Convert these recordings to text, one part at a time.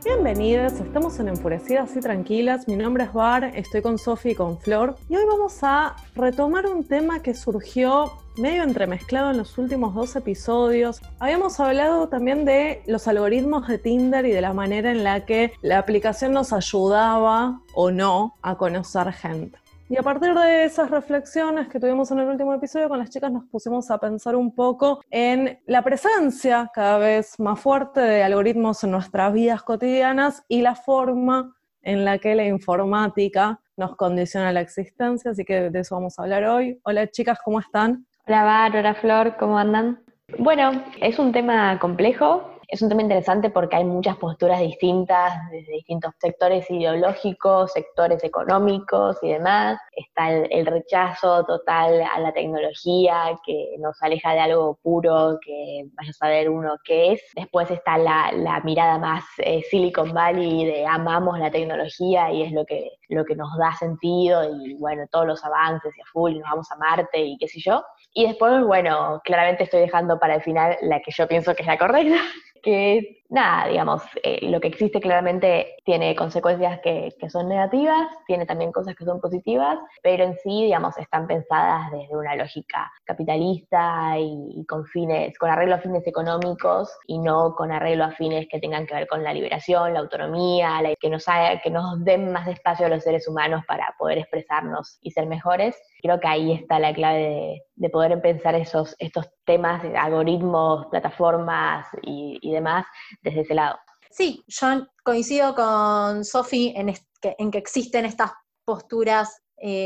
Bienvenidas, estamos en Enfurecidas y Tranquilas. Mi nombre es Bar, estoy con Sofi y con Flor y hoy vamos a retomar un tema que surgió medio entremezclado en los últimos 2 episodios. Habíamos hablado también de los algoritmos de Tinder y de la manera en la que la aplicación nos ayudaba o no a conocer gente. Y a partir de esas reflexiones que tuvimos en el último episodio con las chicas nos pusimos a pensar un poco en la presencia cada vez más fuerte de algoritmos en nuestras vidas cotidianas y la forma en la que la informática nos condiciona la existencia, así que de eso vamos a hablar hoy. Hola chicas, ¿cómo están? Hola Bar, hola Flor, ¿cómo andan? Bueno, es un tema complejo, es un tema interesante porque hay muchas posturas distintas desde distintos sectores ideológicos, sectores económicos y demás. Está el rechazo total a la tecnología que nos aleja de algo puro, que vaya a saber uno qué es. Después está la mirada más Silicon Valley de amamos la tecnología y es lo que nos da sentido y bueno, todos los avances y a full, nos vamos a Marte y qué sé yo. Y después, bueno, claramente estoy dejando para el final la que yo pienso que es la correcta, que nada, digamos, lo que existe claramente tiene consecuencias que son negativas, tiene también cosas que son positivas, pero en sí, digamos, están pensadas desde una lógica capitalista y con arreglo a fines económicos y no con arreglo a fines que tengan que ver con la liberación, la autonomía, que nos den más espacio a los seres humanos para poder expresarnos y ser mejores. Creo que ahí está la clave de poder pensar estos temas de algoritmos, plataformas y demás desde ese lado. Sí, yo coincido con Sofi en que existen estas posturas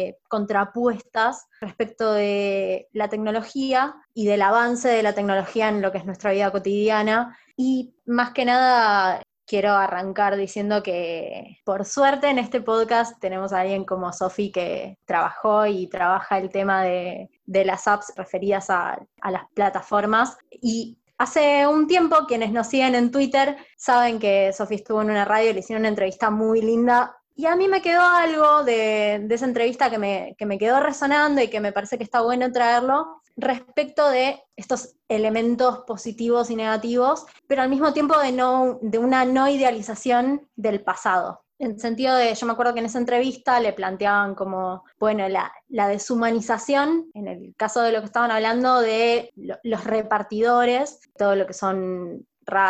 contrapuestas respecto de la tecnología y del avance de la tecnología en lo que es nuestra vida cotidiana. Y más que nada quiero arrancar diciendo que por suerte en este podcast tenemos a alguien como Sofi que trabajó y trabaja el tema de las apps referidas a las plataformas. Y hace un tiempo, quienes nos siguen en Twitter saben que Sofi estuvo en una radio y le hicieron una entrevista muy linda. Y a mí me quedó algo de esa entrevista que me quedó resonando y que me parece que está bueno traerlo respecto de estos elementos positivos y negativos, pero al mismo tiempo de una no idealización del pasado. En el sentido de, yo me acuerdo que en esa entrevista le planteaban como, bueno, la deshumanización, en el caso de lo que estaban hablando de los repartidores, todo lo que son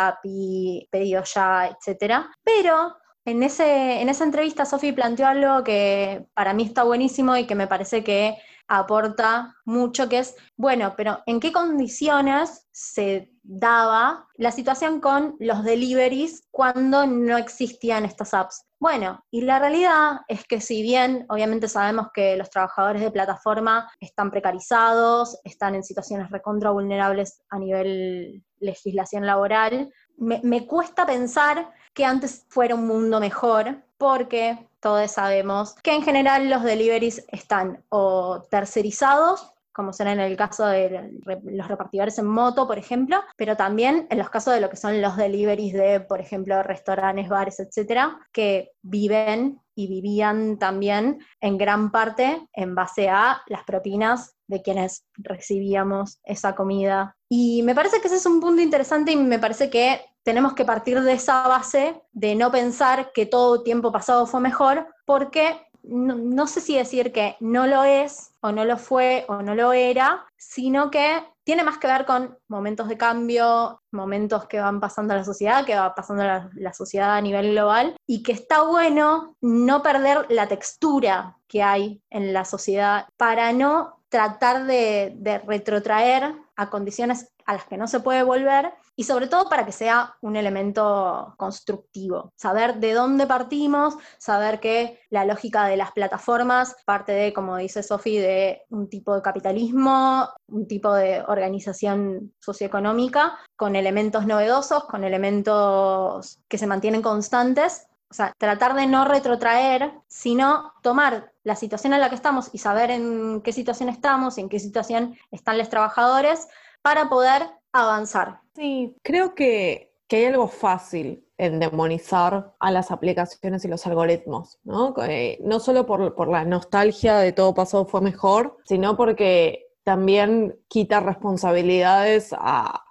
Rappi, Pedido Ya, etcétera, pero en esa entrevista Sofi planteó algo que para mí está buenísimo y que me parece que aporta mucho, que es, bueno, pero ¿en qué condiciones se daba la situación con los deliveries cuando no existían estas apps? Bueno, y la realidad es que si bien obviamente sabemos que los trabajadores de plataforma están precarizados, están en situaciones recontra vulnerables a nivel legislación laboral, me cuesta pensar que antes fuera un mundo mejor, porque todos sabemos que en general los deliveries están o tercerizados, como será en el caso de los repartidores en moto, por ejemplo, pero también en los casos de lo que son los deliveries de, por ejemplo, restaurantes, bares, etcétera, que viven y vivían también en gran parte en base a las propinas de quienes recibíamos esa comida. Y me parece que ese es un punto interesante y me parece que tenemos que partir de esa base de no pensar que todo tiempo pasado fue mejor, porque no sé si decir que no lo es, o no lo fue, o no lo era, sino que tiene más que ver con momentos de cambio, momentos que van pasando a la sociedad, que va pasando la sociedad a nivel global, y que está bueno no perder la textura que hay en la sociedad para no tratar de retrotraer a condiciones a las que no se puede volver, y sobre todo para que sea un elemento constructivo. Saber de dónde partimos, saber que la lógica de las plataformas parte de, como dice Sofi, de un tipo de capitalismo, un tipo de organización socioeconómica, con elementos novedosos, con elementos que se mantienen constantes. O sea, tratar de no retrotraer, sino tomar la situación en la que estamos y saber en qué situación estamos y en qué situación están los trabajadores para poder avanzar. Sí, creo que hay algo fácil en demonizar a las aplicaciones y los algoritmos, ¿no? No solo por la nostalgia de todo pasado fue mejor, sino porque también quita responsabilidades a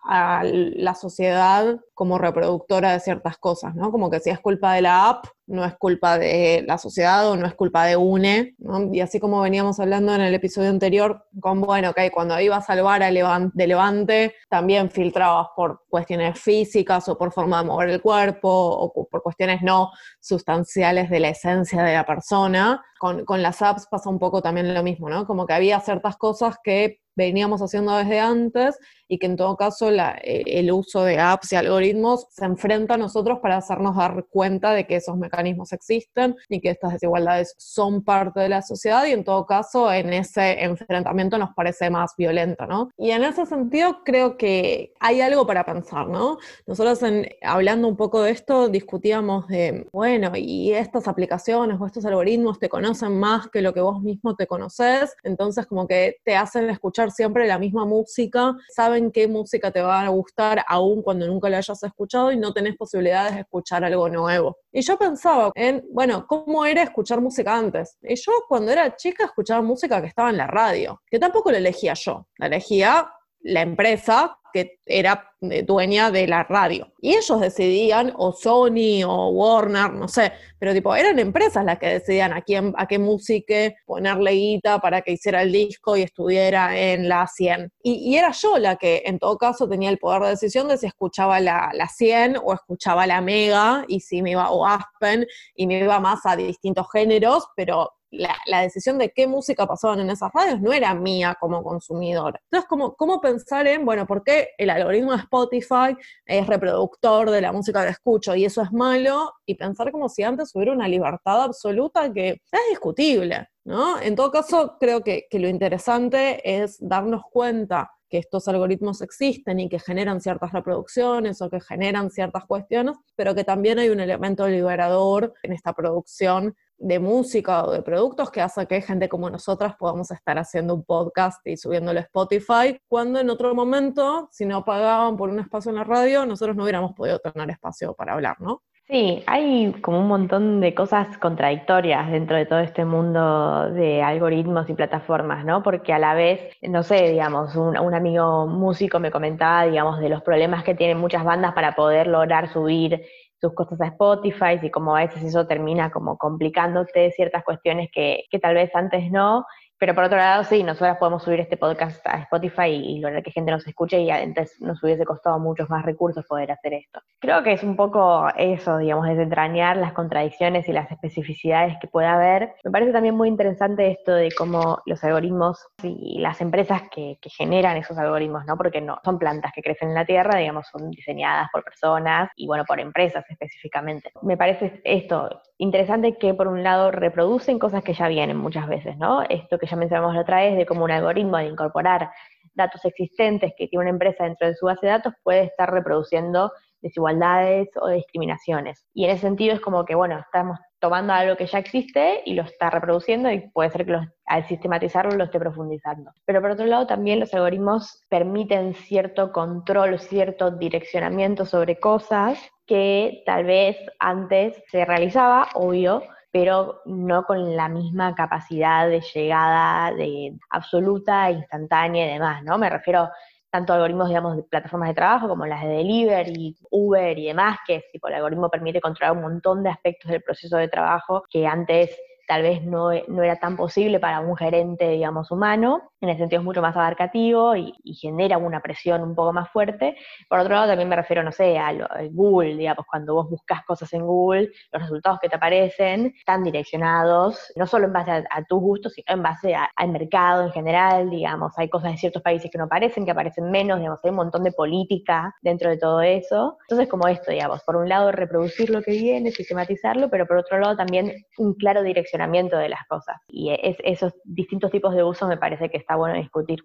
a la sociedad como reproductora de ciertas cosas, ¿no? Como que si es culpa de la app, no es culpa de la sociedad o no es culpa de UNE, ¿no? Y así como veníamos hablando en el episodio anterior, con, bueno, ok, cuando ibas al bar de Levante, también filtrabas por cuestiones físicas o por forma de mover el cuerpo o por cuestiones no sustanciales de la esencia de la persona. Con las apps pasa un poco también lo mismo, ¿no? Como que había ciertas cosas que veníamos haciendo desde antes y que en todo caso el uso de apps y algoritmos se enfrenta a nosotros para hacernos dar cuenta de que esos mecanismos existen y que estas desigualdades son parte de la sociedad, y en todo caso en ese enfrentamiento nos parece más violento, ¿no? Y en ese sentido creo que hay algo para pensar, ¿no? Nosotros hablando un poco de esto discutíamos de, bueno, y estas aplicaciones o estos algoritmos te conocen más que lo que vos mismo te conocés, entonces como que te hacen escuchar siempre la misma música, saben qué música te va a gustar aun cuando nunca la hayas escuchado y no tenés posibilidades de escuchar algo nuevo. Y yo pensaba en, bueno, ¿cómo era escuchar música antes? Y yo cuando era chica escuchaba música que estaba en la radio, que tampoco la elegía yo, la elegía la empresa que era dueña de la radio. Y ellos decidían, o Sony, o Warner, no sé, pero tipo, eran empresas las que decidían a qué música ponerle guita para que hiciera el disco y estuviera en la 100. Y era yo la que, en todo caso, tenía el poder de decisión de si escuchaba la 100 o escuchaba la Mega, y si me iba, o Aspen, y me iba más a distintos géneros, pero la decisión de qué música pasaban en esas radios no era mía como consumidora. Entonces, ¿cómo pensar en, bueno, por qué el algoritmo de Spotify es reproductor de la música que escucho y eso es malo? Y pensar como si antes hubiera una libertad absoluta que es discutible, ¿no? En todo caso, creo que lo interesante es darnos cuenta que estos algoritmos existen y que generan ciertas reproducciones o que generan ciertas cuestiones, pero que también hay un elemento liberador en esta producción de música o de productos que hace que gente como nosotras podamos estar haciendo un podcast y subiéndolo a Spotify, cuando en otro momento, si no pagaban por un espacio en la radio, nosotros no hubiéramos podido tener espacio para hablar, ¿no? Sí, hay como un montón de cosas contradictorias dentro de todo este mundo de algoritmos y plataformas, ¿no? Porque a la vez, no sé, digamos, un amigo músico me comentaba, digamos, de los problemas que tienen muchas bandas para poder lograr subir sus cosas a Spotify, y como a veces eso termina como complicándote ciertas cuestiones que tal vez antes no. Pero por otro lado, sí, nosotras podemos subir este podcast a Spotify y lograr que gente nos escuche, y entonces nos hubiese costado muchos más recursos poder hacer esto. Creo que es un poco eso, digamos, desentrañar las contradicciones y las especificidades que pueda haber. Me parece también muy interesante esto de cómo los algoritmos y las empresas que generan esos algoritmos, ¿no? Porque no son plantas que crecen en la tierra, digamos, son diseñadas por personas y, bueno, por empresas específicamente. Me parece esto interesante, que por un lado reproducen cosas que ya vienen muchas veces, ¿no? Esto que ya mencionamos la otra vez, de cómo un algoritmo al incorporar datos existentes que tiene una empresa dentro de su base de datos puede estar reproduciendo desigualdades o discriminaciones. Y en ese sentido es como que, bueno, estamos tomando algo que ya existe y lo está reproduciendo, y puede ser que al sistematizarlo lo esté profundizando. Pero por otro lado también los algoritmos permiten cierto control, cierto direccionamiento sobre cosas que tal vez antes se realizaba, obvio, pero no con la misma capacidad de llegada absoluta, instantánea y demás, ¿no? Me refiero tanto a algoritmos, digamos, de plataformas de trabajo como las de delivery, Uber y demás, que tipo, el algoritmo permite controlar un montón de aspectos del proceso de trabajo que antes tal vez no era tan posible para un gerente, digamos, humano. En ese sentido es mucho más abarcativo y genera una presión un poco más fuerte. Por otro lado, también me refiero, no sé, a Google, digamos, cuando vos buscas cosas en Google, los resultados que te aparecen están direccionados, no solo en base a tus gustos, sino en base al mercado en general, digamos. Hay cosas de ciertos países que no aparecen, que aparecen menos, digamos, hay un montón de política dentro de todo eso. Entonces, como esto, digamos, por un lado reproducir lo que viene, sistematizarlo, pero por otro lado también un claro direccionamiento de las cosas. Y esos distintos tipos de uso me parece que está bueno discutir.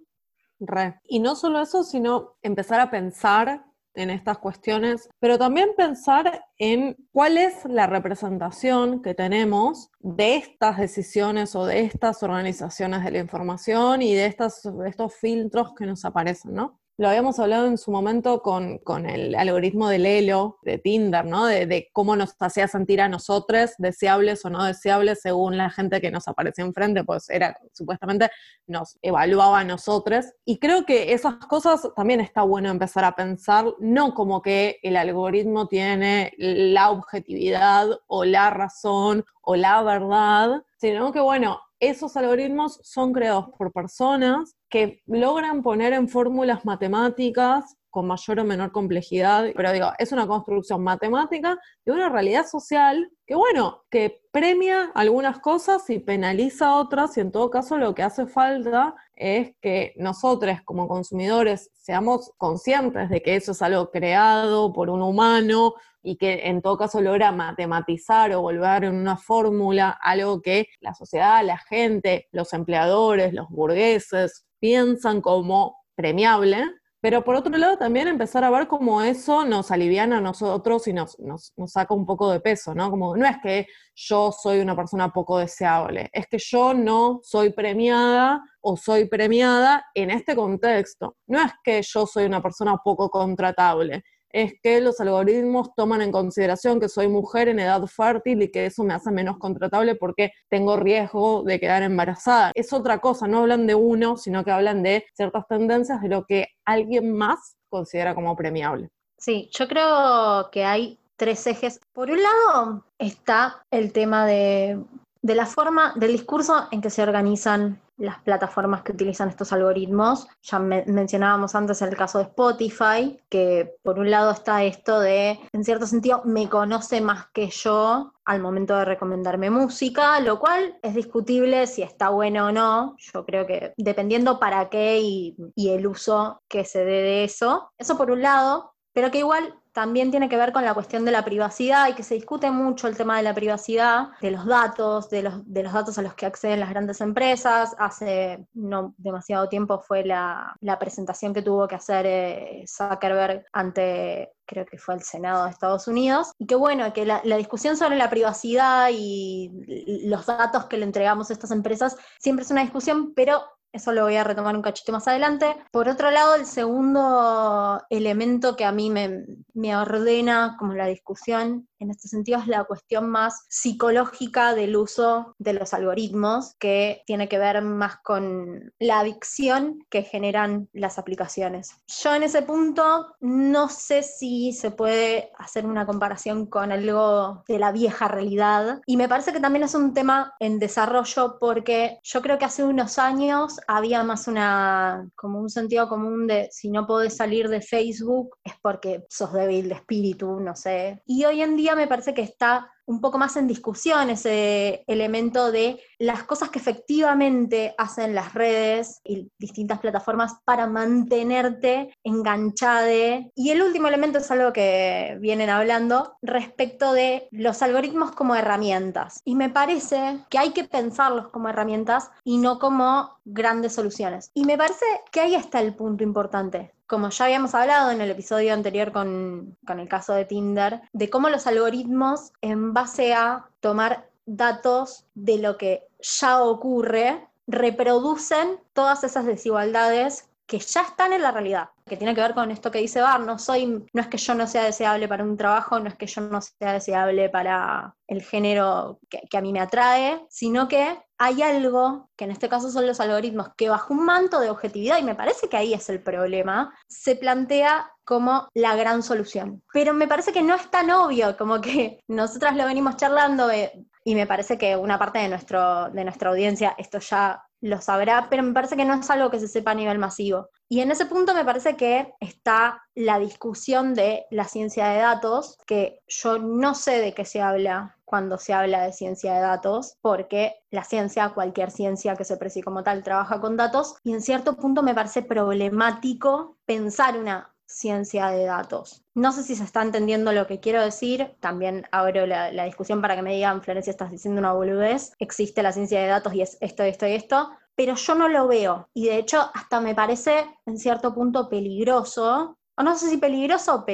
Y no solo eso, sino empezar a pensar en estas cuestiones, pero también pensar en cuál es la representación que tenemos de estas decisiones o de estas organizaciones de la información y de estos filtros que nos aparecen, ¿no? Lo habíamos hablado en su momento con el algoritmo del Elo, de Tinder, ¿no? De cómo nos hacía sentir a nosotros deseables o no deseables según la gente que nos aparecía enfrente, pues era, supuestamente, nos evaluaba a nosotros. Y creo que esas cosas también está bueno empezar a pensar, no como que el algoritmo tiene la objetividad o la razón o la verdad, sino que, bueno, esos algoritmos son creados por personas que logran poner en fórmulas matemáticas con mayor o menor complejidad, pero digo, es una construcción matemática de una realidad social que, bueno, que premia algunas cosas y penaliza otras, y en todo caso lo que hace falta es que nosotros como consumidores seamos conscientes de que eso es algo creado por un humano y que en todo caso logra matematizar o volver en una fórmula algo que la sociedad, la gente, los empleadores, los burgueses piensan como premiable. Pero por otro lado también empezar a ver cómo eso nos aliviana a nosotros y nos saca un poco de peso, ¿no? Como no es que yo soy una persona poco deseable, es que yo no soy premiada o soy premiada en este contexto. No es que yo soy una persona poco contratable, es que los algoritmos toman en consideración que soy mujer en edad fértil y que eso me hace menos contratable porque tengo riesgo de quedar embarazada. Es otra cosa, no hablan de uno, sino que hablan de ciertas tendencias de lo que alguien más considera como premiable. Sí, yo creo que hay tres ejes. Por un lado está el tema de la forma, del discurso en que se organizan las plataformas que utilizan estos algoritmos. Ya mencionábamos antes el caso de Spotify, que por un lado está esto de, en cierto sentido, me conoce más que yo al momento de recomendarme música, lo cual es discutible si está bueno o no. Yo creo que dependiendo para qué y el uso que se dé de eso. Eso por un lado, pero que igual también tiene que ver con la cuestión de la privacidad y que se discute mucho el tema de la privacidad, de los datos, de los datos a los que acceden las grandes empresas. Hace no demasiado tiempo fue la presentación que tuvo que hacer Zuckerberg ante, creo que fue el Senado de Estados Unidos, y que bueno, que la discusión sobre la privacidad y los datos que le entregamos a estas empresas siempre es una discusión, pero eso lo voy a retomar un cachito más adelante. Por otro lado, el segundo elemento que a mí me ordena como la discusión en este sentido es la cuestión más psicológica del uso de los algoritmos, que tiene que ver más con la adicción que generan las aplicaciones. Yo en ese punto no sé si se puede hacer una comparación con algo de la vieja realidad, y me parece que también es un tema en desarrollo, porque yo creo que hace unos años había más como un sentido común de si no podés salir de Facebook es porque sos débil de espíritu, no sé. Y hoy en día me parece que está un poco más en discusión ese elemento de las cosas que efectivamente hacen las redes y distintas plataformas para mantenerte enganchada. Y el último elemento es algo que vienen hablando respecto de los algoritmos como herramientas. Y me parece que hay que pensarlos como herramientas y no como grandes soluciones. Y me parece que ahí está el punto importante. Como ya habíamos hablado en el episodio anterior con el caso de Tinder, de cómo los algoritmos, en base a tomar datos de lo que ya ocurre, reproducen todas esas desigualdades que ya están en la realidad, que tiene que ver con esto que dice Bar, no es que yo no sea deseable para un trabajo, no es que yo no sea deseable para el género que a mí me atrae, sino que hay algo, que en este caso son los algoritmos, que bajo un manto de objetividad, y me parece que ahí es el problema, se plantea como la gran solución. Pero me parece que no es tan obvio, como que nosotras lo venimos charlando, y me parece que una parte de nuestra audiencia esto ya lo sabrá, pero me parece que no es algo que se sepa a nivel masivo. Y en ese punto me parece que está la discusión de la ciencia de datos, que yo no sé de qué se habla cuando se habla de ciencia de datos, porque la ciencia, cualquier ciencia que se precie como tal, trabaja con datos, y en cierto punto me parece problemático pensar una ciencia de datos. No sé si se está entendiendo lo que quiero decir, también abro la discusión para que me digan, Florencia, estás diciendo una boludez, existe la ciencia de datos y es esto, esto y esto, pero yo no lo veo, y de hecho hasta me parece en cierto punto peligroso, o no sé si peligroso, pero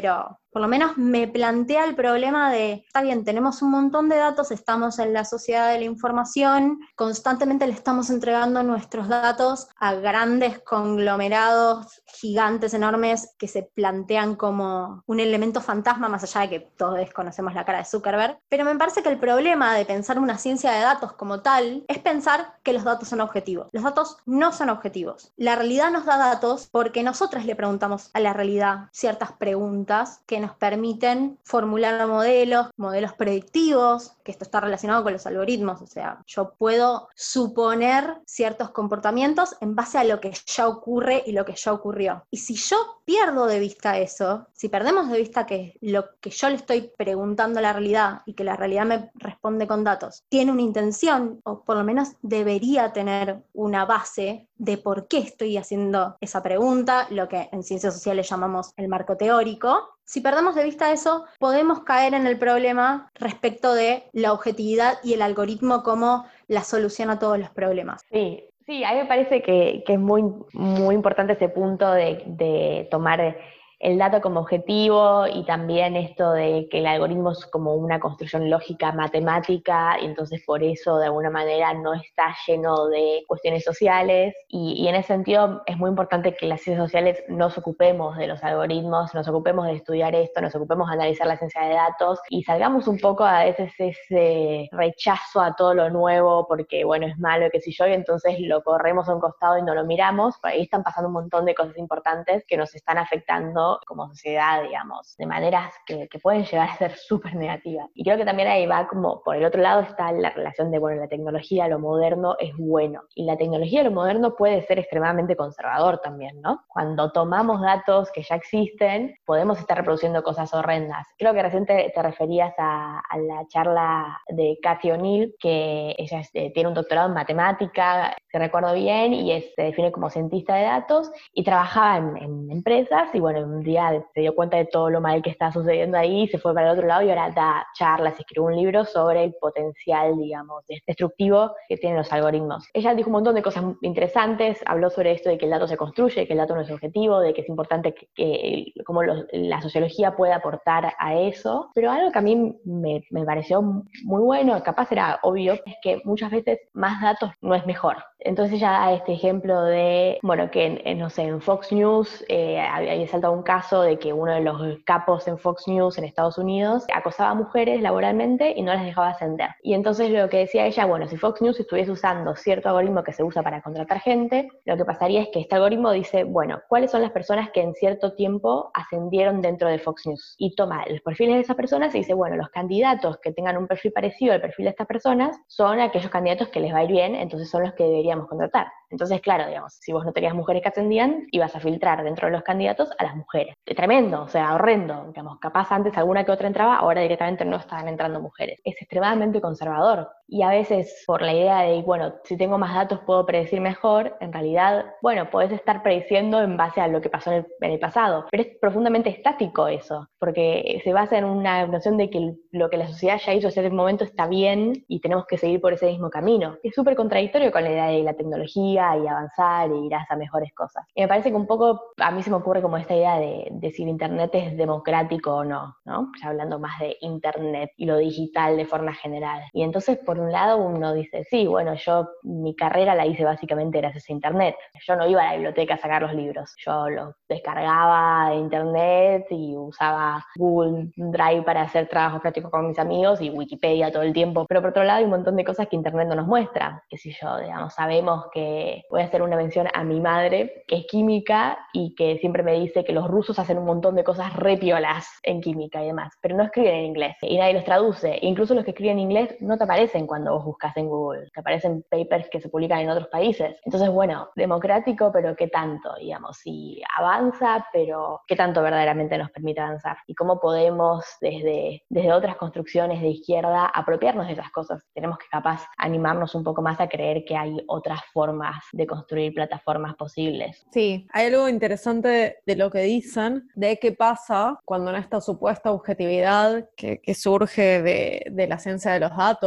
por lo menos me plantea el problema de, está bien, tenemos un montón de datos, estamos en la sociedad de la información, constantemente le estamos entregando nuestros datos a grandes conglomerados gigantes, enormes, que se plantean como un elemento fantasma, más allá de que todos conocemos la cara de Zuckerberg, pero me parece que el problema de pensar una ciencia de datos como tal es pensar que los datos son objetivos. Los datos no son objetivos. La realidad nos da datos porque nosotras le preguntamos a la realidad ciertas preguntas que nos permiten formular modelos predictivos, que esto está relacionado con los algoritmos, o sea, yo puedo suponer ciertos comportamientos en base a lo que ya ocurre y lo que ya ocurrió. Y si yo pierdo de vista eso, si perdemos de vista que lo que yo le estoy preguntando a la realidad y que la realidad me responde con datos, tiene una intención, o por lo menos debería tener una base de por qué estoy haciendo esa pregunta, lo que en ciencias sociales llamamos el marco teórico. Si perdemos de vista eso, podemos caer en el problema respecto de la objetividad y el algoritmo como la solución a todos los problemas. Sí. Sí, a mí me parece que es muy, muy importante ese punto de tomar el dato como objetivo y también esto de que el algoritmo es como una construcción lógica matemática y entonces por eso de alguna manera no está lleno de cuestiones sociales y en ese sentido es muy importante que las ciencias sociales nos ocupemos de los algoritmos, nos ocupemos de estudiar esto, nos ocupemos de analizar la ciencia de datos y salgamos un poco a veces ese rechazo a todo lo nuevo porque bueno es malo qué sé yo y entonces lo corremos a un costado y no lo miramos, por ahí están pasando un montón de cosas importantes que nos están afectando como sociedad, digamos, de maneras que pueden llegar a ser súper negativas. Y creo que también ahí va como, por el otro lado está la relación de, bueno, la tecnología, lo moderno es bueno. Y la tecnología, lo moderno puede ser extremadamente conservador también, ¿no? Cuando tomamos datos que ya existen, podemos estar reproduciendo cosas horrendas. Creo que recién te referías a la charla de Cathy O'Neil, que ella tiene un doctorado en matemática, si recuerdo bien, y se define como cientista de datos, y trabajaba en empresas, y bueno, un día se dio cuenta de todo lo mal que estaba sucediendo ahí, se fue para el otro lado y ahora da charlas, escribe un libro sobre el potencial, digamos, destructivo que tienen los algoritmos. Ella dijo un montón de cosas interesantes, habló sobre esto de que el dato se construye, que el dato no es objetivo, de que es importante cómo la sociología puede aportar a eso, pero algo que a mí me pareció muy bueno, capaz era obvio, es que muchas veces más datos no es mejor. Entonces ella da este ejemplo de, bueno, que no sé, en Fox News había saltado un caso de que uno de los capos en Fox News en Estados Unidos acosaba a mujeres laboralmente y no las dejaba ascender. Y entonces lo que decía ella, bueno, si Fox News estuviese usando cierto algoritmo que se usa para contratar gente, lo que pasaría es que este algoritmo dice, bueno, ¿cuáles son las personas que en cierto tiempo ascendieron dentro de Fox News? Y toma los perfiles de esas personas y dice, bueno, los candidatos que tengan un perfil parecido al perfil de estas personas son aquellos candidatos que les va a ir bien, entonces son los que deberíamos contratar. Entonces, claro, digamos, si vos no tenías mujeres que ascendían, ibas a filtrar dentro de los candidatos a las mujeres. Tremendo, o sea, horrendo. Digamos, capaz antes alguna que otra entraba, ahora directamente no estaban entrando mujeres. Es extremadamente conservador. Y a veces, por la idea de, bueno, si tengo más datos puedo predecir mejor, en realidad, bueno, podés estar prediciendo en base a lo que pasó en el pasado. Pero es profundamente estático eso, porque se basa en una noción de que lo que la sociedad ya hizo hasta ese momento está bien y tenemos que seguir por ese mismo camino. Es súper contradictorio con la idea de la tecnología y avanzar y ir hacia mejores cosas. Y me parece que un poco, a mí se me ocurre como esta idea de si el Internet es democrático o no, ¿no? Ya hablando más de Internet y lo digital de forma general. Y entonces, por un lado, uno dice, sí, bueno, yo mi carrera la hice básicamente gracias a Internet. Yo no iba a la biblioteca a sacar los libros. Yo los descargaba de Internet y usaba Google Drive para hacer trabajos prácticos con mis amigos y Wikipedia todo el tiempo. Pero por otro lado, hay un montón de cosas que Internet no nos muestra. Qué sé yo, digamos, sabemos que voy a hacer una mención a mi madre, que es química y que siempre me dice que los rusos hacen un montón de cosas re piolas en química y demás, pero no escriben en inglés y nadie los traduce. Incluso los que escriben en inglés no te aparecen cuando vos buscas en Google, te aparecen papers que se publican en otros países. Entonces, bueno, democrático, pero ¿qué tanto? Digamos, sí, avanza, pero ¿qué tanto verdaderamente nos permite avanzar? Y cómo podemos desde otras construcciones de izquierda apropiarnos de esas cosas. Tenemos que capaz animarnos un poco más a creer que hay otras formas de construir plataformas posibles. Sí, hay algo interesante de lo que dicen, de qué pasa cuando en esta supuesta objetividad que surge de la ciencia de los datos,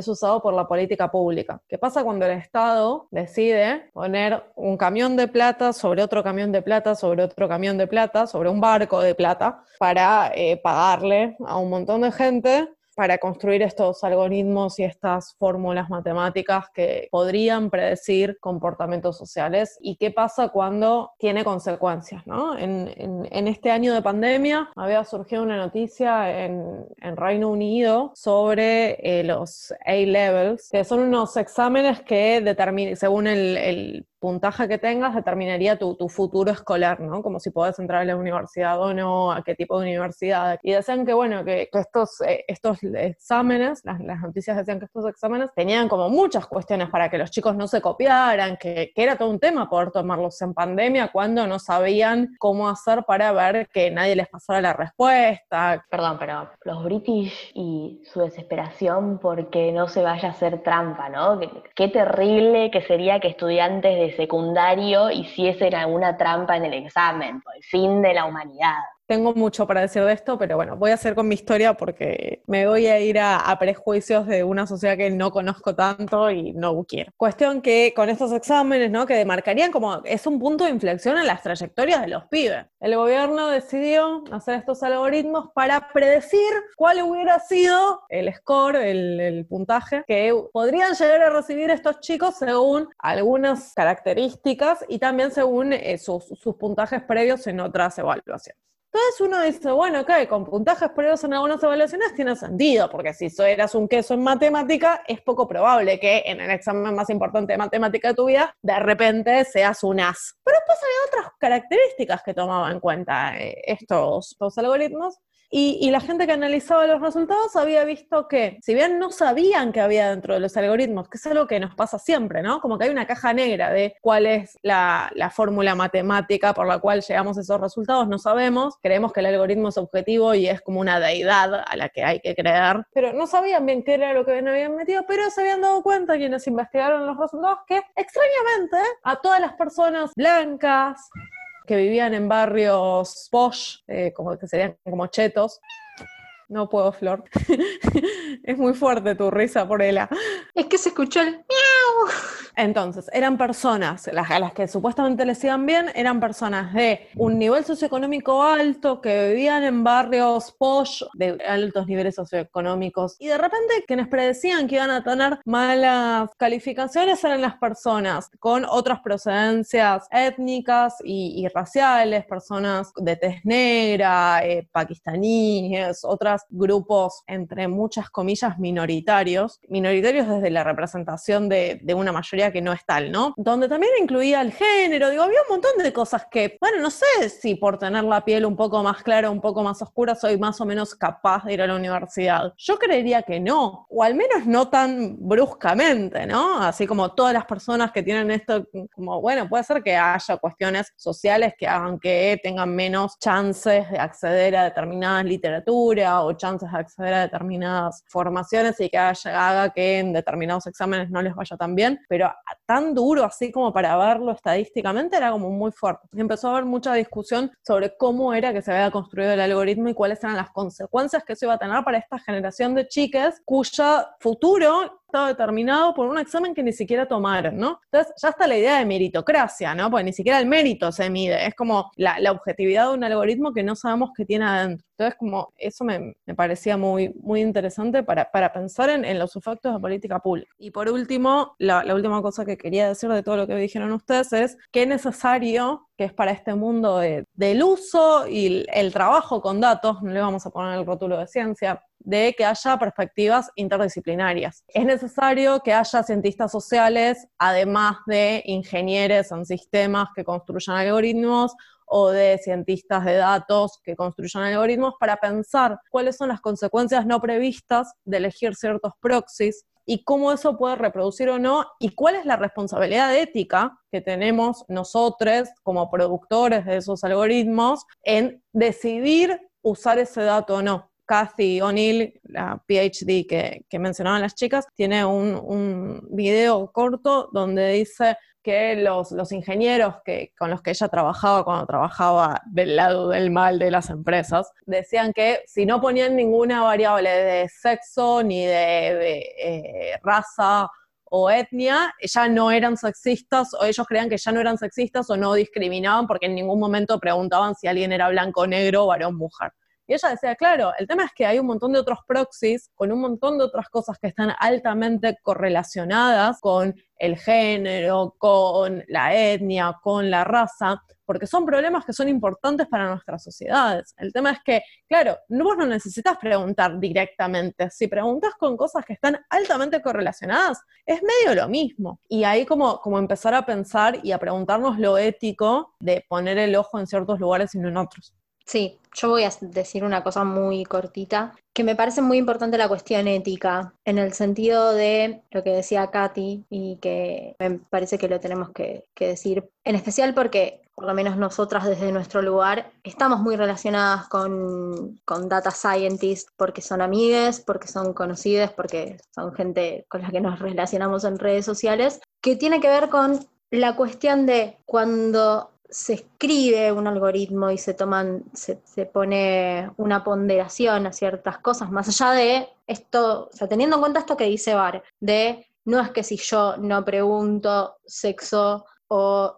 es usado por la política pública. ¿Qué pasa cuando el Estado decide poner un camión de plata sobre otro camión de plata, sobre otro camión de plata, sobre un barco de plata, para pagarle a un montón de gente para construir estos algoritmos y estas fórmulas matemáticas que podrían predecir comportamientos sociales? ¿Y qué pasa cuando tiene consecuencias, ¿no? En este año de pandemia había surgido una noticia en Reino Unido sobre los A-levels, que son unos exámenes que determinan, según el puntaje que tengas, determinaría tu futuro escolar, ¿no? Como si podés entrar a la universidad o no, a qué tipo de universidad. Y decían que, bueno, que estos exámenes, las noticias decían que estos exámenes tenían como muchas cuestiones para que los chicos no se copiaran, que era todo un tema poder tomarlos en pandemia cuando no sabían cómo hacer para ver que nadie les pasara la respuesta. Perdón, pero los British y su desesperación porque no se vaya a hacer trampa, ¿no? Qué terrible que sería que estudiantes de secundario hiciesen alguna trampa en el examen, por el fin de la humanidad. Tengo mucho para decir de esto, pero bueno, voy a hacer con mi historia porque me voy a ir a prejuicios de una sociedad que no conozco tanto y no quiero. Cuestión que con estos exámenes, ¿no? Que demarcarían como, es un punto de inflexión en las trayectorias de los pibes. El gobierno decidió hacer estos algoritmos para predecir cuál hubiera sido el score, el puntaje que podrían llegar a recibir estos chicos según algunas características y también según sus puntajes previos en otras evaluaciones. Entonces uno dice, bueno, ok, con puntajes previos en algunas evaluaciones tiene sentido, porque si eras un queso en matemática, es poco probable que en el examen más importante de matemática de tu vida, de repente seas un as. Pero después había otras características que tomaba en cuenta estos algoritmos. Y la gente que analizaba los resultados había visto que, si bien no sabían qué había dentro de los algoritmos, que es algo que nos pasa siempre, ¿no? Como que hay una caja negra de cuál es la fórmula matemática por la cual llegamos a esos resultados, no sabemos, creemos que el algoritmo es objetivo y es como una deidad a la que hay que creer, pero no sabían bien qué era lo que habían metido, pero se habían dado cuenta quienes investigaron los resultados que, extrañamente, a todas las personas blancas, que vivían en barrios posh, como que serían como chetos. No puedo, Flor. Es muy fuerte tu risa por ella. Es que se escuchó el miau. Entonces, eran personas, a las que supuestamente les iban bien, eran personas de un nivel socioeconómico alto, que vivían en barrios posh, de altos niveles socioeconómicos, y de repente quienes predecían que iban a tener malas calificaciones eran las personas con otras procedencias étnicas y raciales, personas de tez negra, pakistaníes, otros grupos, entre muchas comillas, minoritarios desde la representación de una mayoría que no es tal, ¿no? Donde también incluía el género, digo, había un montón de cosas que, bueno, no sé si por tener la piel un poco más clara, un poco más oscura, soy más o menos capaz de ir a la universidad. Yo creería que no, o al menos no tan bruscamente, ¿no? Así como todas las personas que tienen esto, como, bueno, puede ser que haya cuestiones sociales que hagan que tengan menos chances de acceder a determinadas literaturas o chances de acceder a determinadas formaciones y que haga que en determinados exámenes no les vaya tan bien, pero tan duro así como para verlo estadísticamente era como muy fuerte. Y empezó a haber mucha discusión sobre cómo era que se había construido el algoritmo y cuáles eran las consecuencias que eso iba a tener para esta generación de chiques cuyo futuro estaba determinado por un examen que ni siquiera tomaron, ¿no? Entonces ya está la idea de meritocracia, ¿no? Porque ni siquiera el mérito se mide, es como la objetividad de un algoritmo que no sabemos qué tiene adentro. Entonces como eso me parecía muy, muy interesante para pensar en los efectos de política pública. Y por último, la última cosa que quería decir de todo lo que dijeron ustedes es qué necesario que es para este mundo del uso y el trabajo con datos, no le vamos a poner el rótulo de ciencia, de que haya perspectivas interdisciplinarias. Es necesario que haya cientistas sociales, además de ingenieros en sistemas que construyan algoritmos, o de cientistas de datos que construyan algoritmos, para pensar cuáles son las consecuencias no previstas de elegir ciertos proxies, y cómo eso puede reproducir o no, y cuál es la responsabilidad ética que tenemos nosotros como productores de esos algoritmos en decidir usar ese dato o no. Cathy O'Neill, la PhD que mencionaban las chicas, tiene un video corto donde dice que los ingenieros con los que ella trabajaba cuando trabajaba del lado del mal de las empresas, decían que si no ponían ninguna variable de sexo ni de raza o etnia, ya no eran sexistas, o ellos creían que ya no eran sexistas o no discriminaban porque en ningún momento preguntaban si alguien era blanco, negro, varón, mujer. Y ella decía, claro, el tema es que hay un montón de otros proxies con un montón de otras cosas que están altamente correlacionadas con el género, con la etnia, con la raza, porque son problemas que son importantes para nuestras sociedades. El tema es que, claro, vos no necesitas preguntar directamente. Si preguntas con cosas que están altamente correlacionadas, es medio lo mismo. Y ahí como empezar a pensar y a preguntarnos lo ético de poner el ojo en ciertos lugares y no en otros. Sí, yo voy a decir una cosa muy cortita, que me parece muy importante la cuestión ética, en el sentido de lo que decía Katy, y que me parece que lo tenemos que decir, en especial porque, por lo menos nosotras desde nuestro lugar, estamos muy relacionadas con data scientists, porque son amigues, porque son conocidas, porque son gente con la que nos relacionamos en redes sociales, que tiene que ver con la cuestión de cuando se escribe un algoritmo y se pone una ponderación a ciertas cosas, más allá de esto, o sea, teniendo en cuenta esto que dice Bar, de no es que si yo no pregunto sexo o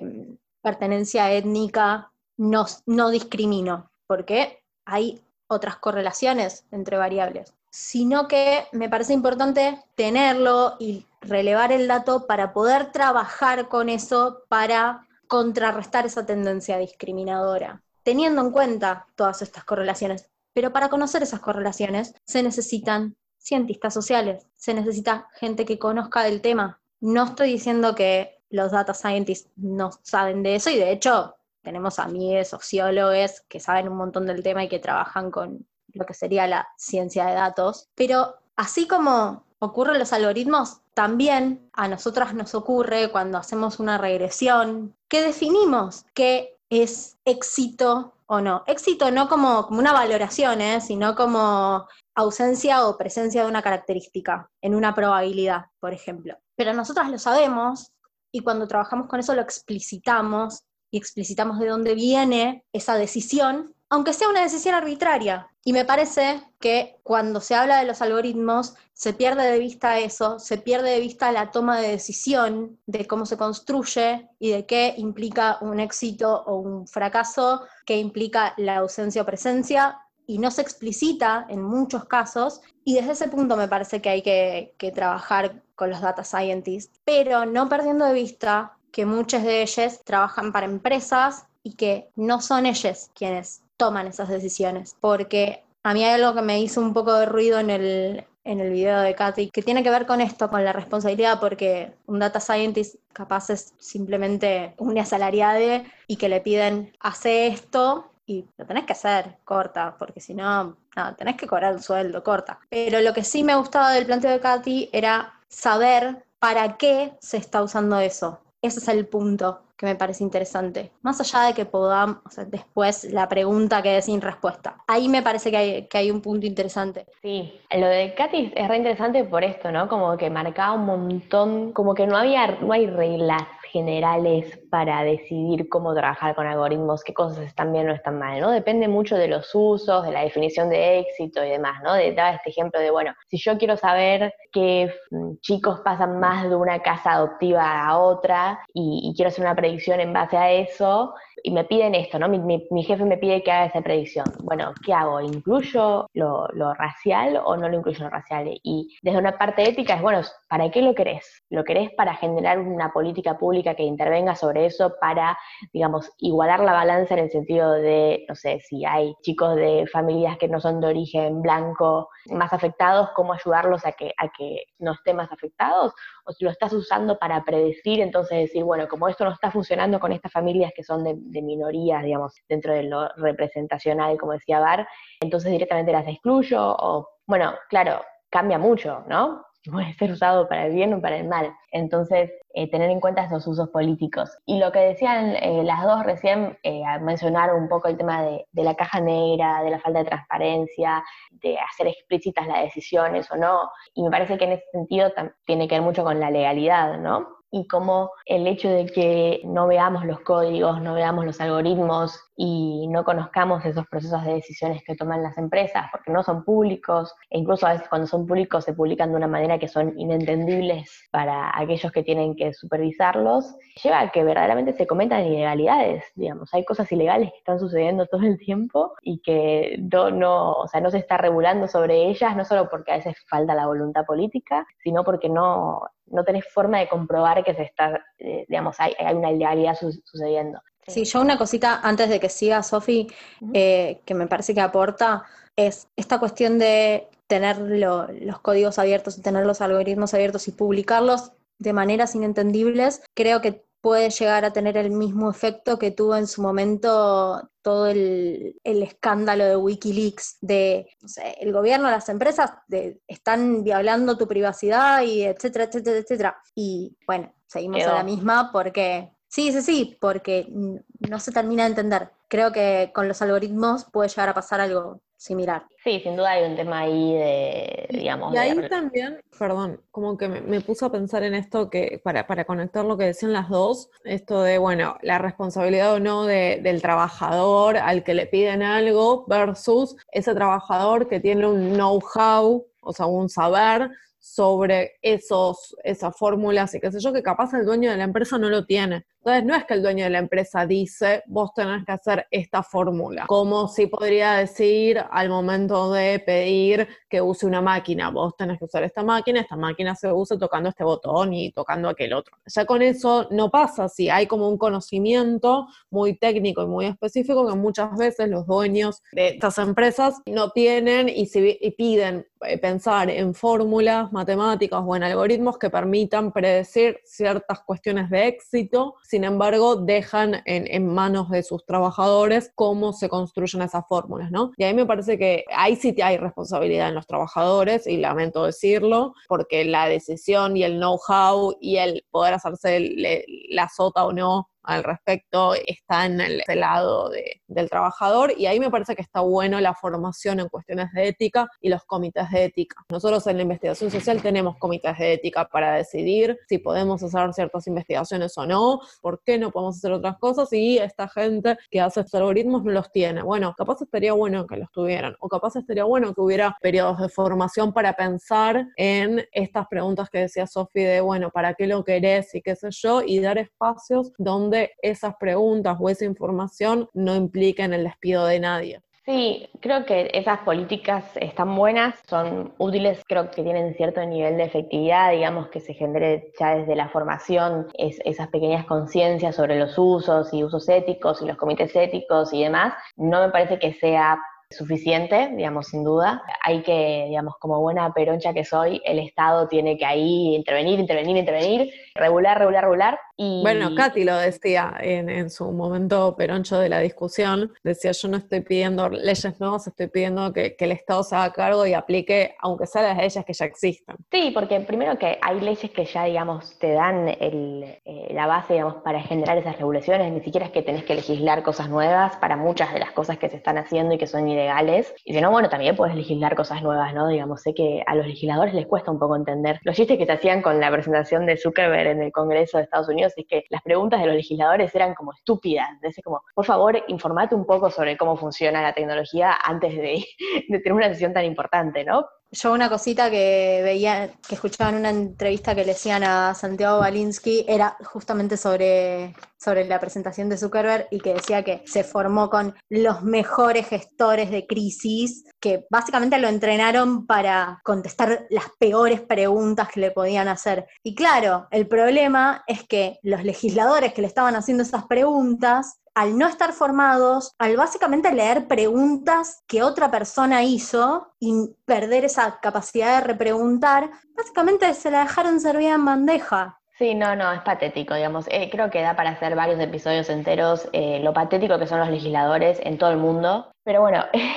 pertenencia étnica, no discrimino, porque hay otras correlaciones entre variables, sino que me parece importante tenerlo y relevar el dato para poder trabajar con eso, para contrarrestar esa tendencia discriminadora, teniendo en cuenta todas estas correlaciones. Pero para conocer esas correlaciones se necesitan cientistas sociales, se necesita gente que conozca del tema. No estoy diciendo que los data scientists no saben de eso, y de hecho tenemos amigos sociólogos que saben un montón del tema y que trabajan con lo que sería la ciencia de datos, pero así como ocurren los algoritmos, también a nosotras nos ocurre cuando hacemos una regresión, que definimos qué es éxito o no. Éxito no como una valoración, sino como ausencia o presencia de una característica en una probabilidad, por ejemplo. Pero nosotras lo sabemos y cuando trabajamos con eso lo explicitamos y explicitamos de dónde viene esa decisión, aunque sea una decisión arbitraria. Y me parece que cuando se habla de los algoritmos, se pierde de vista eso, se pierde de vista la toma de decisión de cómo se construye y de qué implica un éxito o un fracaso, qué implica la ausencia o presencia, y no se explicita en muchos casos, y desde ese punto me parece que hay que trabajar con los data scientists, pero no perdiendo de vista que muchos de ellos trabajan para empresas y que no son ellos quienes toman esas decisiones, porque a mí hay algo que me hizo un poco de ruido en el video de Katy, que tiene que ver con esto, con la responsabilidad, porque un data scientist capaz es simplemente un asalariado y que le piden, hace esto, y lo tenés que hacer, corta, porque si no, tenés que cobrar un sueldo, corta. Pero lo que sí me gustaba del planteo de Katy era saber para qué se está usando eso. Ese es el punto que me parece interesante. Más allá de que podamos, o sea, después la pregunta quede sin respuesta. Ahí me parece que hay un punto interesante. Sí, lo de Katy es re interesante por esto, ¿no? Como que marcaba un montón, como que no hay reglas generales para decidir cómo trabajar con algoritmos, qué cosas están bien o están mal, ¿no? Depende mucho de los usos, de la definición de éxito y demás, ¿no? Daba este ejemplo de, bueno, si yo quiero saber qué chicos pasan más de una casa adoptiva a otra y quiero hacer una predicción en base a eso, y me piden esto, ¿no? Mi jefe me pide que haga esa predicción. Bueno, ¿qué hago? ¿Incluyo lo racial o no lo incluyo lo racial? Y desde una parte ética es, bueno, ¿para qué lo querés? ¿Lo querés para generar una política pública que intervenga sobre eso para, digamos, igualar la balanza en el sentido de, no sé, si hay chicos de familias que no son de origen blanco más afectados, cómo ayudarlos a que no estén más afectados? ¿O si lo estás usando para predecir, entonces decir, bueno, como esto no está funcionando con estas familias que son de minorías, digamos, dentro de lo representacional, como decía Bar, entonces directamente las excluyo? O, bueno, claro, cambia mucho, ¿no? Puede ser usado para el bien o para el mal. Entonces, tener en cuenta esos usos políticos. Y lo que decían las dos recién, al mencionar un poco el tema de la caja negra, de la falta de transparencia, de hacer explícitas las decisiones o no, y me parece que en ese sentido tiene que ver mucho con la legalidad, ¿no? y cómo el hecho de que no veamos los códigos, no veamos los algoritmos y no conozcamos esos procesos de decisiones que toman las empresas, porque no son públicos, e incluso a veces cuando son públicos se publican de una manera que son inentendibles para aquellos que tienen que supervisarlos, lleva a que verdaderamente se cometan ilegalidades, digamos. Hay cosas ilegales que están sucediendo todo el tiempo y que no se está regulando sobre ellas, no solo porque a veces falta la voluntad política, sino porque no tenés forma de comprobar que se está, hay una ilegalidad sucediendo. Sí, yo una cosita antes de que siga Sofi, que me parece que aporta, es esta cuestión de tener los códigos abiertos y tener los algoritmos abiertos y publicarlos de maneras inentendibles. Creo que puede llegar a tener el mismo efecto que tuvo en su momento todo el escándalo de Wikileaks, de no sé, el gobierno, las empresas están violando tu privacidad y etcétera, etcétera, etcétera. Y bueno, seguimos a la misma porque... Sí, porque no se termina de entender. Creo que con los algoritmos puede llegar a pasar algo similar. Sí, sin duda hay un tema ahí de, digamos... Y ahí también, perdón, como que me puse a pensar en esto que para conectar lo que decían las dos, esto de, bueno, la responsabilidad o no del trabajador al que le piden algo versus ese trabajador que tiene un know-how, o sea, un saber sobre esas fórmulas y qué sé yo, que capaz el dueño de la empresa no lo tiene. Entonces no es que el dueño de la empresa dice, vos tenés que hacer esta fórmula, como si podría decir al momento de pedir que use una máquina, vos tenés que usar esta máquina se usa tocando este botón y tocando aquel otro. Ya con eso no pasa así, hay como un conocimiento muy técnico y muy específico que muchas veces los dueños de estas empresas no tienen y piden pensar en fórmulas matemáticas o en algoritmos que permitan predecir ciertas cuestiones de éxito. Sin embargo, dejan en manos de sus trabajadores cómo se construyen esas fórmulas, ¿no? Y ahí me parece que ahí sí hay responsabilidad en los trabajadores, y lamento decirlo, porque la decisión y el know-how y el poder hacerse la sota o no al respecto está en el lado del trabajador, y ahí me parece que está bueno la formación en cuestiones de ética y los comités de ética. Nosotros en la investigación social tenemos comités de ética para decidir si podemos hacer ciertas investigaciones o no, por qué no podemos hacer otras cosas, y esta gente que hace estos algoritmos no los tiene. Bueno, capaz estaría bueno que los tuvieran, o capaz estaría bueno que hubiera periodos de formación para pensar en estas preguntas que decía Sofi de, bueno, ¿para qué lo querés? Y qué sé yo, y dar espacios donde esas preguntas o esa información no impliquen el despido de nadie. Sí, creo que esas políticas están buenas, son útiles, creo que tienen cierto nivel de efectividad, digamos, que se genere ya desde la formación esas pequeñas conciencias sobre los usos y usos éticos y los comités éticos y demás. No me parece que sea suficiente, digamos, sin duda. Hay que, digamos, como buena peroncha que soy, el Estado tiene que ahí intervenir, regular. Y... Bueno, Katy lo decía en su momento peroncho de la discusión, decía, yo no estoy pidiendo leyes nuevas, estoy pidiendo que el Estado se haga cargo y aplique, aunque sea las leyes que ya existen. Sí, porque primero que hay leyes que ya, digamos, te dan la base, digamos, para generar esas regulaciones, ni siquiera es que tenés que legislar cosas nuevas para muchas de las cosas que se están haciendo y que son ilegales, y si no, bueno, también puedes legislar cosas nuevas, ¿no? Digamos, sé que a los legisladores les cuesta un poco entender los chistes que se hacían con la presentación de Zuckerberg en el Congreso de Estados Unidos, es que las preguntas de los legisladores eran como estúpidas, entonces como, por favor, informate un poco sobre cómo funciona la tecnología antes de tener una sesión tan importante, ¿no? Yo una cosita que escuchaba en una entrevista que le hacían a Santiago Balinsky era justamente sobre la presentación de Zuckerberg, y que decía que se formó con los mejores gestores de crisis, que básicamente lo entrenaron para contestar las peores preguntas que le podían hacer. Y claro, el problema es que los legisladores que le estaban haciendo esas preguntas, al no estar formados, al básicamente leer preguntas que otra persona hizo y perder esa capacidad de repreguntar, básicamente se la dejaron servida en bandeja. Sí, no, es patético, digamos. Creo que da para hacer varios episodios enteros lo patético que son los legisladores en todo el mundo. Pero bueno,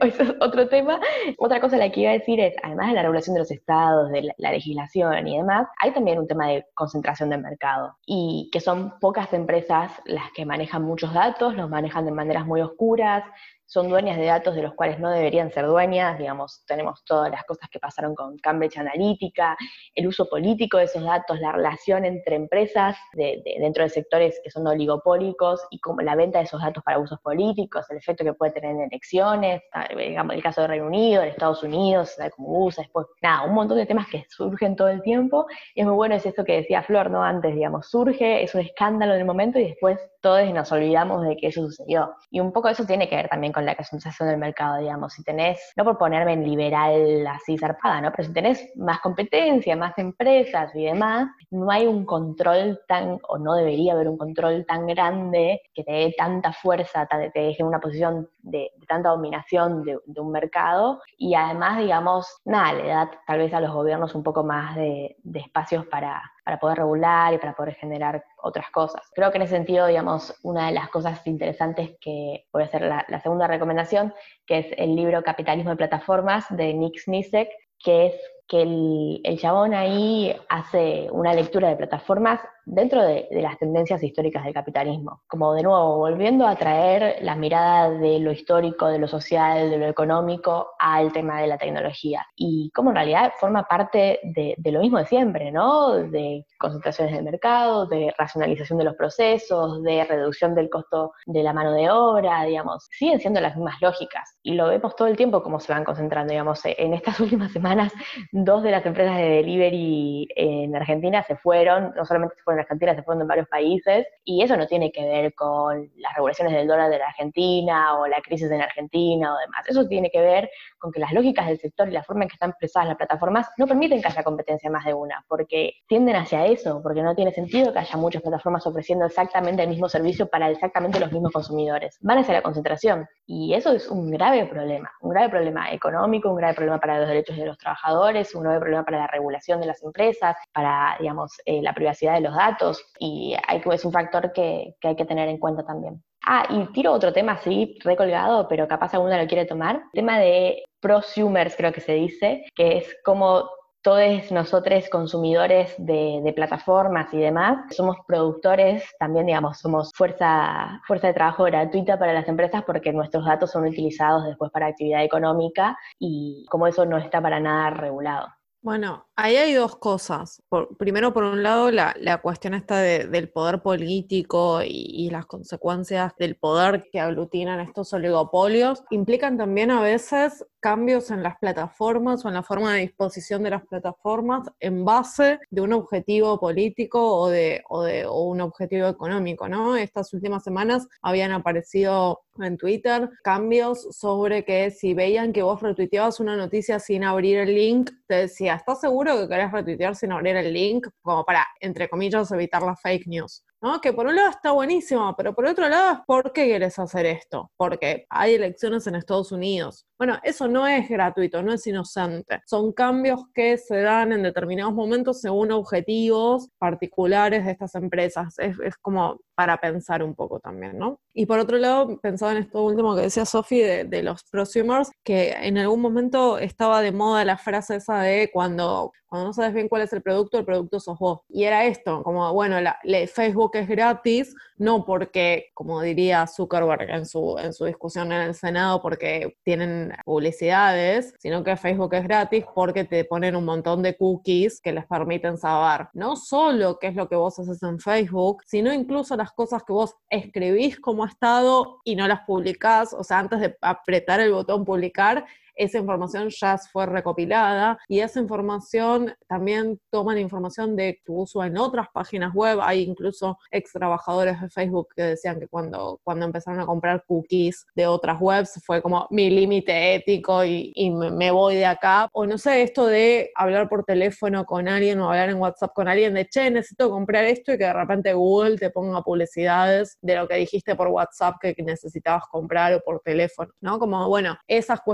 eso es otro tema. Otra cosa la que iba a decir es, además de la regulación de los estados, de la legislación y demás, hay también un tema de concentración del mercado y que son pocas empresas las que manejan muchos datos, los manejan de maneras muy oscuras, son dueñas de datos de los cuales no deberían ser dueñas, digamos, tenemos todas las cosas que pasaron con Cambridge Analytica, el uso político de esos datos, la relación entre empresas dentro de sectores que son oligopólicos y como la venta de esos datos para usos políticos, el efecto que puede tener en elecciones, digamos, el caso de Reino Unido, de Estados Unidos, como USA, después, nada, un montón de temas que surgen todo el tiempo, y es muy bueno, es esto que decía Flor, ¿no? Antes, digamos, surge, es un escándalo en el momento y después todos nos olvidamos de que eso sucedió. Y un poco eso tiene que ver también con la concentración del mercado, digamos, si tenés, no por ponerme en liberal así zarpada, ¿no? Pero si tenés más competencia, más empresas y demás, no hay un control tan, o no debería haber un control tan grande que te dé tanta fuerza, te deje en una posición de tanta dominación de un mercado, y además, digamos, nada, le da tal vez a los gobiernos un poco más de espacios para poder regular y para poder generar otras cosas. Creo que en ese sentido, digamos, una de las cosas interesantes que voy a hacer la segunda recomendación, que es el libro Capitalismo de Plataformas de Nick Snisek, que es que el chabón ahí hace una lectura de plataformas dentro de las tendencias históricas del capitalismo. Como de nuevo, volviendo a traer la mirada de lo histórico, de lo social, de lo económico al tema de la tecnología. Y cómo en realidad forma parte de lo mismo de siempre, ¿no? De concentraciones del mercado, de racionalización de los procesos, de reducción del costo de la mano de obra, digamos. Siguen siendo las mismas lógicas. Y lo vemos todo el tiempo cómo se van concentrando, digamos. En estas últimas semanas, 2 de las empresas de delivery en Argentina se fueron, no solamente se fueron a Argentina, se fueron en varios países, y eso no tiene que ver con las regulaciones del dólar de la Argentina o la crisis en Argentina o demás. Eso tiene que ver con que las lógicas del sector y la forma en que están expresadas las plataformas no permiten que haya competencia más de una, porque tienden hacia eso, porque no tiene sentido que haya muchas plataformas ofreciendo exactamente el mismo servicio para exactamente los mismos consumidores. Van hacia la concentración, y eso es un grave problema económico, un grave problema para los derechos de los trabajadores, un grave problema para la regulación de las empresas, para, digamos, la privacidad de los datos, y es un factor que hay que tener en cuenta también. Y tiro otro tema así, recolgado, pero capaz alguno lo quiere tomar. El tema de prosumers, creo que se dice, que es como todos nosotros consumidores de plataformas y demás, somos productores, también digamos, somos fuerza de trabajo gratuita para las empresas porque nuestros datos son utilizados después para actividad económica y como eso no está para nada regulado. Bueno, ahí hay 2 cosas. Primero, por un lado, la cuestión esta del poder político y las consecuencias del poder que aglutinan estos oligopolios implican también a veces cambios en las plataformas o en la forma de disposición de las plataformas en base de un objetivo político o un objetivo económico, ¿no? Estas últimas semanas habían aparecido en Twitter cambios sobre que si veían que vos retuiteabas una noticia sin abrir el link, te decía, ¿estás seguro que querés retuitear sin abrir el link? Como para, entre comillas, evitar las fake news, ¿no? Que por un lado está buenísimo, pero por otro lado es ¿por qué querés hacer esto? Porque hay elecciones en Estados Unidos. Bueno, eso no es gratuito, no es inocente. Son cambios que se dan en determinados momentos según objetivos particulares de estas empresas. Es como para pensar un poco también, ¿no? Y por otro lado, pensaba en esto último que decía Sofi de los prosumers, que en algún momento estaba de moda la frase esa de cuando no sabes bien cuál es el producto sos vos. Y era esto, como, bueno, Facebook es gratis, no porque, como diría Zuckerberg en su discusión en el Senado, porque tienen publicidades, sino que Facebook es gratis porque te ponen un montón de cookies que les permiten saber no solo qué es lo que vos haces en Facebook, sino incluso las cosas que vos escribís como estado y no las publicás, o sea, antes de apretar el botón publicar, esa información ya fue recopilada y esa información también toman información de tu uso en otras páginas web. Hay incluso ex trabajadores de Facebook que decían que cuando empezaron a comprar cookies de otras webs fue como mi límite ético y me voy de acá. O no sé, esto de hablar por teléfono con alguien o hablar en WhatsApp con alguien de che, necesito comprar esto y que de repente Google te ponga publicidades de lo que dijiste por WhatsApp que necesitabas comprar o por teléfono, ¿no? Como, bueno, esas cuestiones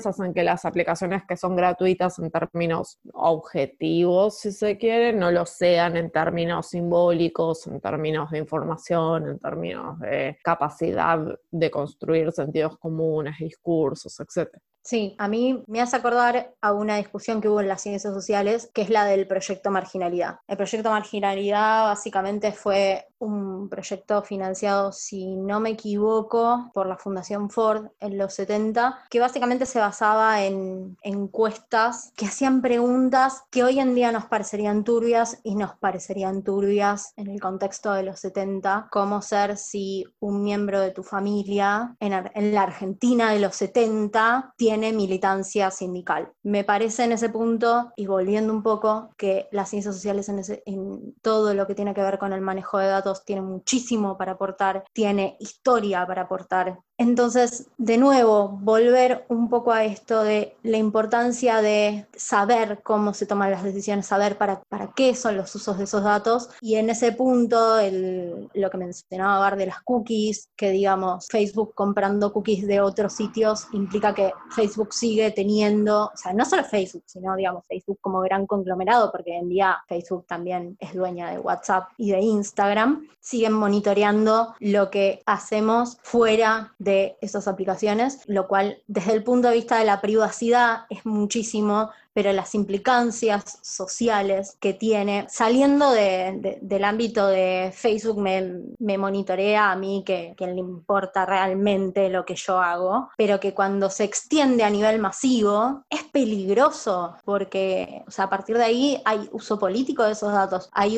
cuestiones hacen que las aplicaciones que son gratuitas en términos objetivos, si se quiere, no lo sean en términos simbólicos, en términos de información, en términos de capacidad de construir sentidos comunes, discursos, etc. Sí, a mí me hace acordar a una discusión que hubo en las ciencias sociales, que es la del proyecto Marginalidad. El proyecto Marginalidad básicamente fue un proyecto financiado, si no me equivoco, por la Fundación Ford en los 70, que básicamente se basaba en encuestas que hacían preguntas que hoy en día nos parecerían turbias y nos parecerían turbias en el contexto de los 70, como ser si un miembro de tu familia en la Argentina de los 70 tiene militancia sindical. Me parece en ese punto, y volviendo un poco, que las ciencias sociales en todo lo que tiene que ver con el manejo de datos tiene muchísimo para aportar, tiene historia para aportar. Entonces, de nuevo, volver un poco a esto de la importancia de saber cómo se toman las decisiones, saber para qué son los usos de esos datos, y en ese punto lo que mencionaba Bar de las cookies, que digamos Facebook comprando cookies de otros sitios implica que Facebook sigue teniendo, o sea, no solo Facebook, sino digamos Facebook como gran conglomerado, porque hoy en día Facebook también es dueña de WhatsApp y de Instagram, siguen monitoreando lo que hacemos fuera de esas aplicaciones, lo cual desde el punto de vista de la privacidad es muchísimo, pero las implicancias sociales que tiene, saliendo del ámbito de Facebook, me monitorea a mí, que le importa realmente lo que yo hago, pero que cuando se extiende a nivel masivo es peligroso, porque o sea, a partir de ahí hay uso político de esos datos, hay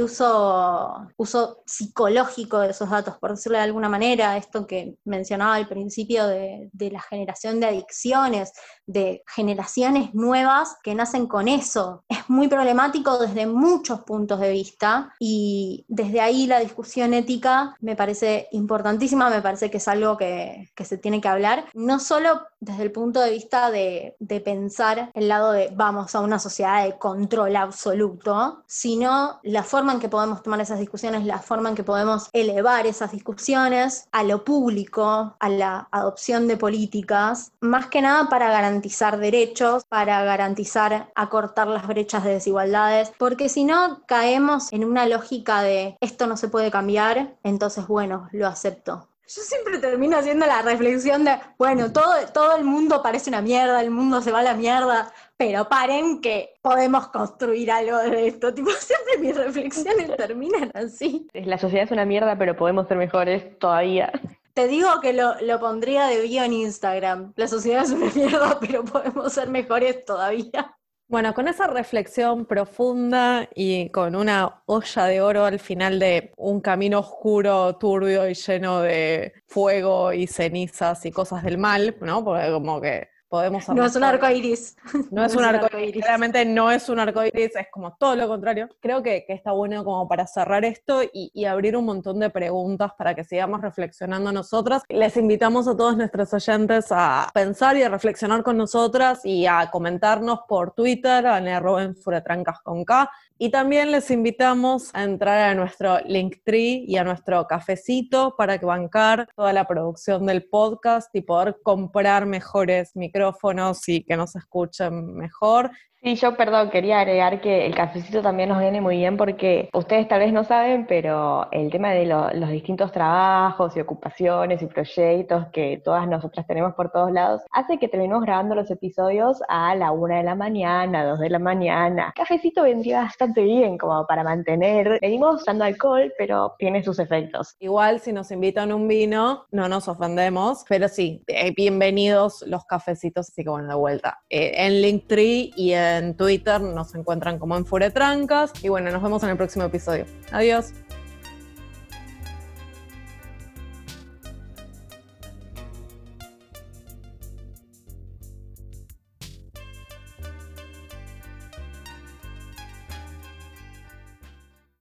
uso psicológico de esos datos, por decirlo de alguna manera, esto que mencionaba al principio de la generación de adicciones, de generaciones nuevas que nacen con eso. Es muy problemático desde muchos puntos de vista, y desde ahí la discusión ética me parece importantísima, me parece que es algo que se tiene que hablar, no solo desde el punto de vista de pensar el lado de vamos a una sociedad de control absoluto, sino la forma en que podemos tomar esas discusiones, la forma en que podemos elevar esas discusiones a lo público, a la adopción de políticas, más que nada para garantizar derechos, para garantizar acortar las brechas de desigualdades, porque si no caemos en una lógica de esto no se puede cambiar, entonces bueno, lo acepto. Yo siempre termino haciendo la reflexión de, bueno, todo el mundo parece una mierda, el mundo se va a la mierda, pero paren que podemos construir algo de esto. Tipo, siempre mis reflexiones terminan así. La sociedad es una mierda, pero podemos ser mejores todavía. Te digo que lo pondría de bio en Instagram. La sociedad es una mierda, pero podemos ser mejores todavía. Bueno, con esa reflexión profunda y con una olla de oro al final de un camino oscuro, turbio y lleno de fuego y cenizas y cosas del mal, ¿no? Porque como que podemos... No es un arco iris. No es un arco iris, claramente no es un arco iris, es como todo lo contrario. Creo que está bueno como para cerrar esto y abrir un montón de preguntas para que sigamos reflexionando nosotras. Les invitamos a todos nuestros oyentes a pensar y a reflexionar con nosotras y a comentarnos por Twitter, en @furetrancas con K. Y también les invitamos a entrar a nuestro Linktree y a nuestro cafecito para que bancar toda la producción del podcast y poder comprar mejores micrófonos y que nos escuchen mejor. Sí, yo, perdón, quería agregar que el cafecito también nos viene muy bien porque ustedes tal vez no saben, pero el tema de los distintos trabajos y ocupaciones y proyectos que todas nosotras tenemos por todos lados hace que terminemos grabando los episodios a la 1 de la mañana, 2 de la mañana. Cafecito vendría bastante bien como para mantener. Venimos usando alcohol, pero tiene sus efectos. Igual si nos invitan un vino, no nos ofendemos, pero sí, bienvenidos los cafecitos, así que bueno, de vuelta. En Linktree y en Twitter nos encuentran como en Furetrancas. Y bueno, nos vemos en el próximo episodio. Adiós.